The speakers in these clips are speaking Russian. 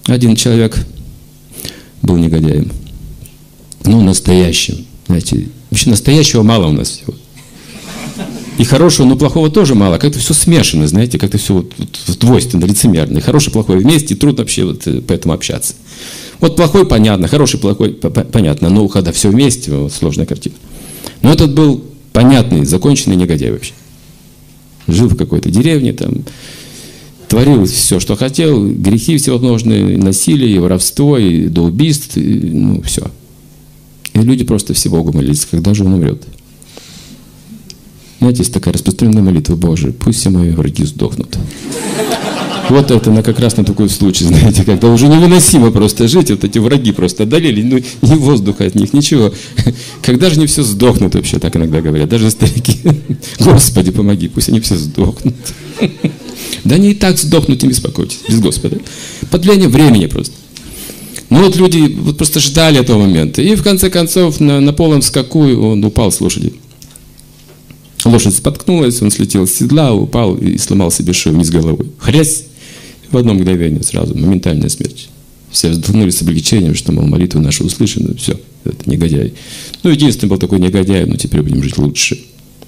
Один человек был негодяем. Ну, настоящим. Знаете, вообще настоящего мало у нас всего. И хорошего, но плохого тоже мало. Как-то все смешано, знаете, как-то все двойственно, лицемерно. И хорошее, плохое вместе, и трудно вообще поэтому общаться. Вот плохой понятно, хороший, плохой понятно. Но когда все вместе, вот, сложная картина. Но этот был понятный, законченный негодяй вообще. Жил в какой-то деревне, там, творил все, что хотел, грехи всевозможные, насилие, и воровство, и до убийств, и, ну, все. И люди просто все Богу молились, когда же он умрет. Знаете, есть такая распространенная молитва: Боже, пусть все мои враги сдохнут. Вот это как раз на такой случай, знаете, когда уже невыносимо просто жить, вот эти враги просто одолели, ну, ни воздуха от них, ничего. Когда же они все сдохнут вообще, так иногда говорят, даже старики. Господи, помоги, пусть они все сдохнут. Да они и так сдохнут, не беспокойтесь, без Господа. Подление времени просто. Ну вот люди вот просто ждали этого момента. И в конце концов на полном скаку он упал с лошади. Лошадь споткнулась, он слетел с седла, упал и сломал себе шею вниз головой. Хрясь! В одно мгновение сразу, моментальная смерть. Все вздохнули с облегчением, что, мол, молитва наша услышана. Все, это негодяй. Ну, единственный был такой негодяй, но теперь будем жить лучше.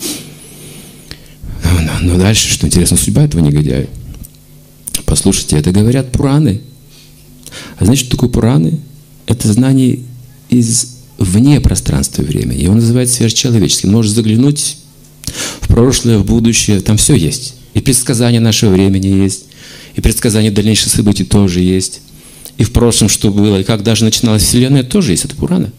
Но дальше, что интересно, судьба этого негодяя. Послушайте, это говорят Пураны. А знаете, что такое Пураны? Это знание вне пространства и времени. Его называют сверхчеловеческим. Можешь заглянуть в прошлое, в будущее. Там все есть. И предсказания нашего времени есть. И предсказания дальнейших событий тоже есть. И в прошлом, что было, и как даже начиналась Вселенная, тоже есть. Это Пурана.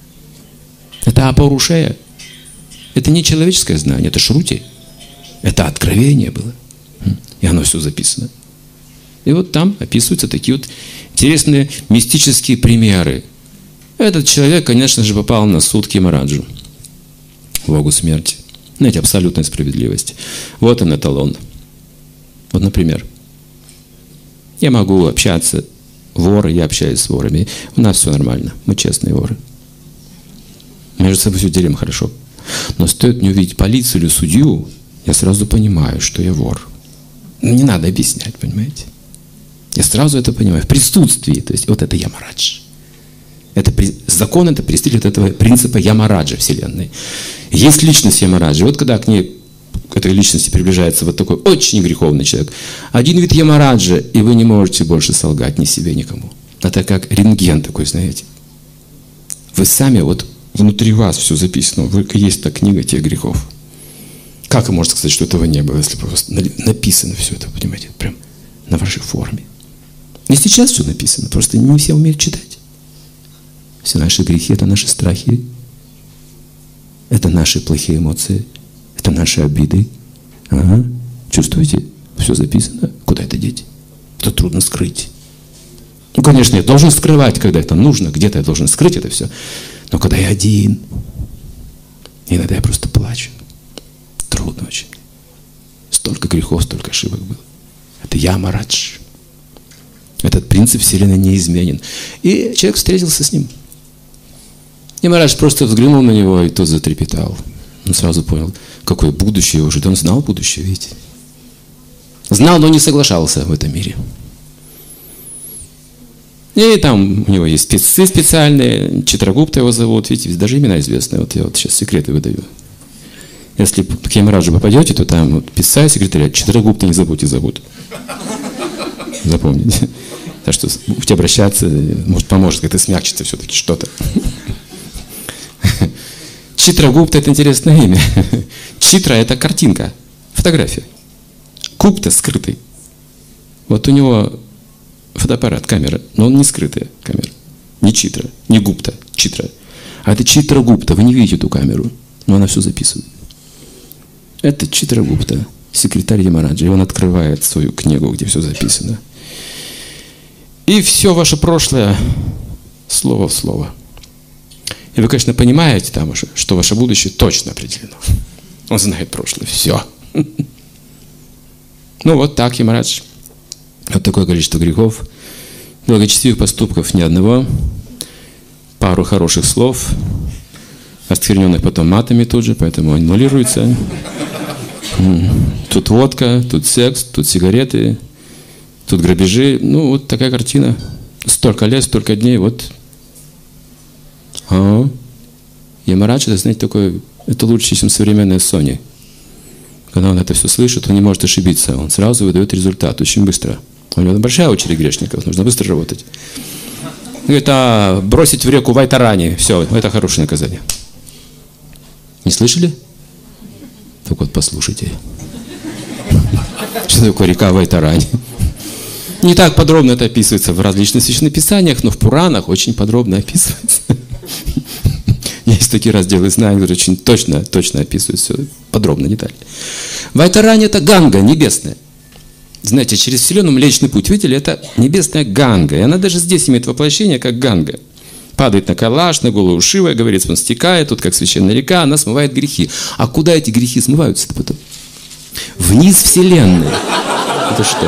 Это Апарушея. Это не человеческое знание, это Шрути. Это откровение было. И оно все записано. И вот там описываются такие вот интересные мистические примеры. Этот человек, конечно же, попал на суд к Ямараджу, Богу смерти. Знаете, абсолютная справедливость. Вот он эталон. Вот, например, я могу общаться, воры, я общаюсь с ворами. У нас все нормально, мы честные воры. Между собой все делим хорошо. Но стоит мне увидеть полицию или судью, я сразу понимаю, что я вор. Не надо объяснять, понимаете? Я сразу это понимаю. В присутствии. То есть вот это Ямарадж. Закон это представитель вот этого принципа Ямараджа Вселенной. Есть личность Ямараджа. Вот когда к этой личности приближается вот такой очень греховный человек, один вид Ямараджа, и вы не можете больше солгать ни себе, никому. Это как рентген такой, знаете. Вы сами, вот внутри вас все записано. Есть та книга тех грехов. Как вы можете сказать, что этого не было, если просто написано все это, понимаете, прям на вашей форме. И сейчас все написано, просто не все умеют читать. Все наши грехи – это наши страхи, это наши плохие эмоции, это наши обиды. Ага. Чувствуете? Все записано. Куда это деть? Это трудно скрыть. Ну, конечно, я должен скрывать, когда это нужно, где-то я должен скрыть это все. Но когда я один, иногда я просто плачу. Трудно очень. Столько грехов, столько ошибок было. Это Ямарадж. Этот принцип Вселенной неизменен. И человек встретился с ним. Ямарадж просто взглянул на него, и тот затрепетал. Он сразу понял, какое будущее его ждет. Он знал будущее, видите. Знал, но не соглашался в этом мире. И там у него есть спецы специальные, Читрагупта его зовут, видите, даже имена известные. Вот я вот сейчас секреты выдаю. Если к Ямараджу попадете, то там вот писца секретаря Читрагупта, не забудьте, зовут. Запомните. Так что будете обращаться, может, поможет как-то смягчиться все-таки что-то. Читрагупта – это интересное имя. Читра – это картинка, фотография. Гупта – скрытый. Вот у него фотоаппарат, камера, но он не скрытая камера. Не Читра, не Гупта, Читра. А это Читрагупта, вы не видите эту камеру, но она все записывает. Это Читрагупта, секретарь Ямараджа, и он открывает свою книгу, где все записано. И все ваше прошлое слово в слово. И вы, конечно, понимаете там уже, что ваше будущее точно определено. Он знает прошлое, все. Ну вот так, Ямарадж. Вот такое количество грехов, благочестивых поступков ни одного, пару хороших слов, оскверненных потом матами тут же, поэтому аннулируется. Тут водка, тут секс, тут сигареты, тут грабежи. Ну, вот такая картина. столько лет, столько дней, вот. Ямарадж, это, знаете, такое, это лучше, чем современная Sony. Когда он это все слышит, он не может ошибиться. Он сразу выдает результат очень быстро. У него большая очередь грешников, нужно быстро работать. Говорит, бросить в реку Вайтарани, все, это хорошее наказание. Не слышали? Так вот, послушайте. Что такое река Вайтарани? Не так подробно это описывается в различных священных писаниях, но в Пуранах очень подробно описывается. Есть такие разделы знаний, которые очень точно описывают все, подробно, детально. Вайтарани – это Ганга небесная. Знаете, через Вселенную Млечный Путь, видели, это небесная Ганга. И она даже здесь имеет воплощение, как Ганга. Падает на Кайлаш, на голову Шивы, говорится, он стекает, тут как священная река, она смывает грехи. А куда эти грехи смываются-то потом? Вниз Вселенной. Это что?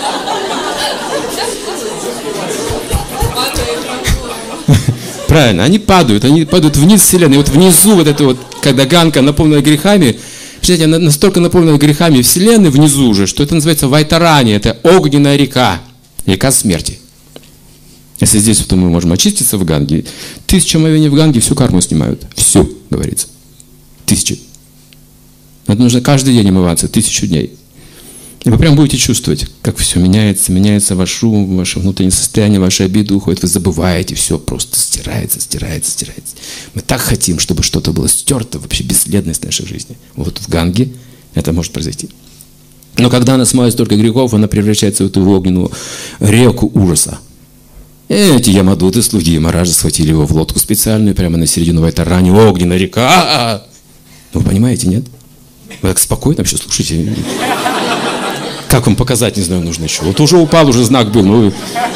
Правильно, они падают вниз Вселенной. И вот внизу вот это вот, когда Ганга наполнена грехами, представляете, она настолько наполнена грехами Вселенной внизу уже, что это называется Вайтарани, это огненная река смерти. Если здесь вот мы можем очиститься в Ганге, 1000 омовений в Ганге всю карму снимают. Всю, говорится. 1000. Это нужно каждый день омываться, 1000 дней. И вы прям будете чувствовать, как все меняется ваш ум, ваше внутреннее состояние, ваши обиды уходят, вы забываете, все просто стирается. Мы так хотим, чтобы что-то было стерто, вообще бесследность нашей жизни. Вот в Ганге это может произойти. Но когда она смывает столько грехов, она превращается в эту огненную реку ужаса. Эти ямадуты, слуги Ямараджа, схватили его в лодку специальную, прямо на середину Вайтарани, огненная река. Вы понимаете, нет? Вы так спокойно вообще слушайте. Как вам показать, не знаю, нужно еще. Вот уже упал, уже знак был. Ну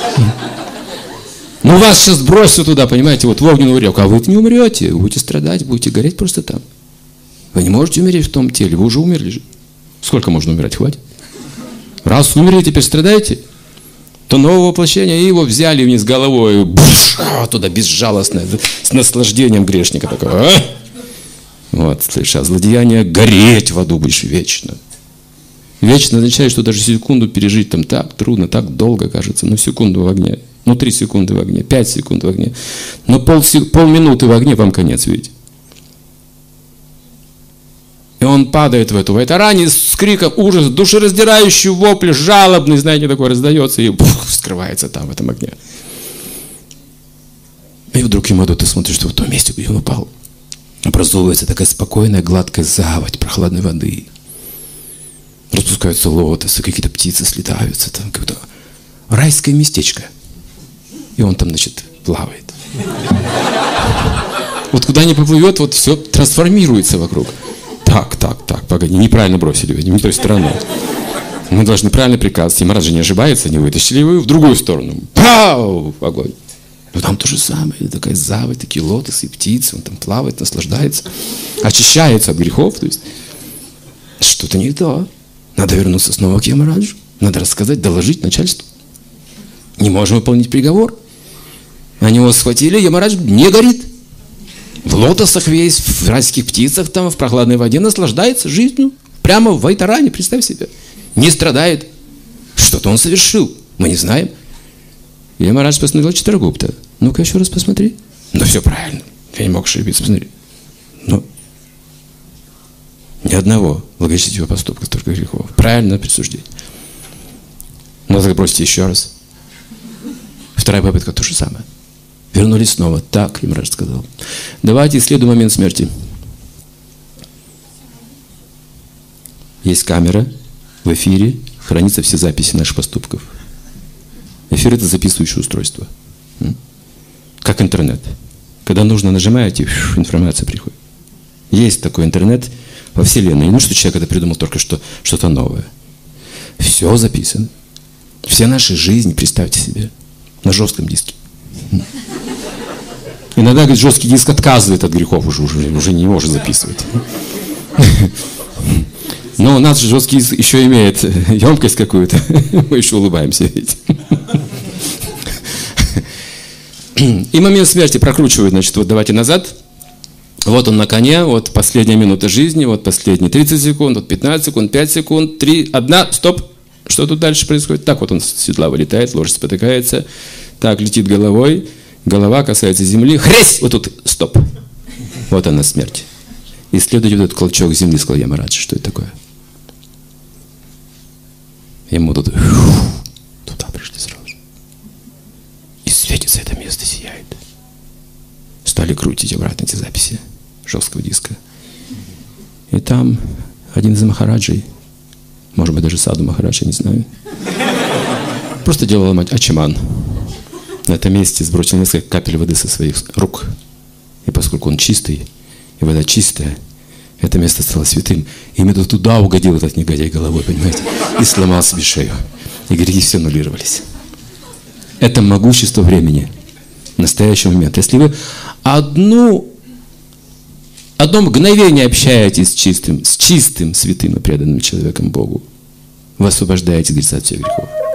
вас сейчас бросят туда, понимаете, вот в огненную реку. А вы не умрете, вы будете страдать, будете гореть просто там. Вы не можете умереть в том теле, вы уже умерли же. Сколько можно умирать, хватит? Раз умерли, теперь страдаете, то новое воплощение, и его взяли вниз головой, туда безжалостно, с наслаждением грешника такого. Вот, слышишь, злодеяние, гореть в аду будешь вечно. Вечно означает, что даже секунду пережить там так трудно, так долго кажется. Ну, секунду в огне, 3 секунды в огне, 5 секунд в огне. Но полминуты в огне вам конец, видите. И он падает в эту Вайтарани с криком ужаса, душераздирающий вопль, жалобный, знаете, такой раздается, и скрывается там, в этом огне. И вдруг Ямадута смотрит, что в том месте, где он упал, образовывается такая спокойная, гладкая заводь прохладной воды. Распускаются лотосы, какие-то птицы слетаются, там какое-то райское местечко. И он там, значит, плавает. Вот куда ни поплывет, вот все трансформируется вокруг. Так, погоди, неправильно бросили его, не той стороной. Мы должны правильно приказать. Ямарадж же не ошибается, не вытащили его в другую сторону. Пау! Огонь. Но там то же самое, такая заводь, такие лотосы, птицы, он там плавает, наслаждается, очищается от грехов. То есть что-то не то. Надо вернуться снова к Ямараджу. Надо рассказать, доложить начальству. Не можем выполнить приговор. Они его схватили, Ямарадж не горит. В лотосах весь, в райских птицах, там, в прохладной воде наслаждается жизнью. Прямо в Вайтарани, представь себе. Не страдает. Что-то он совершил. Мы не знаем. И Ямарадж посмотрел Читрагупта. Ну-ка еще раз посмотри. Ну все правильно. Я не мог ошибиться. Посмотри. Ну, ни одного благочестивого поступка, только грехов. Правильно присуждение. Но так бросьте еще раз. Вторая попытка то же самое. Вернулись снова. Так, Ямарадж сказал. Давайте исследуем момент смерти. Есть камера. В эфире хранятся все записи наших поступков. Эфир – это записывающее устройство. Как интернет. Когда нужно, нажимаете, информация приходит. Есть такой интернет во Вселенной. Не что человек это придумал только что что-то новое. Все записано. Все наши жизни, представьте себе, на жестком диске. Иногда, говорит, жесткий диск отказывает от грехов, уже не может записывать. Но у нас же жесткий диск еще имеет емкость какую-то. Мы еще улыбаемся, видите. И момент смерти прокручивают, значит, вот давайте назад. Вот он на коне, вот последняя минута жизни, вот последние 30 секунд, вот 15 секунд, 5 секунд, 3, 1, стоп. Что тут дальше происходит? Так вот он с седла вылетает, лошадь спотыкается, так летит головой, голова касается земли, хресь! Вот тут стоп. Вот она смерть. И следует вот этот клочок земли, сказал Ямараджа. Что это такое? Ему тут туда пришли сразу же. И светится это место, сияет. Стали крутить обратно эти записи жесткого диска. И там один из махараджей, может быть, даже Саду Махарадж, я не знаю, просто делал ачаман. На этом месте сбросил несколько капель воды со своих рук. И поскольку он чистый, и вода чистая, это место стало святым. И именно туда угодил этот негодяй головой, понимаете? И сломал себе шею. И грехи все аннулировались. Это могущество времени. Настоящий момент. Если вы одно мгновение общаетесь с чистым, святым и преданным человеком Богу, вы освобождаетесь от всех грехов.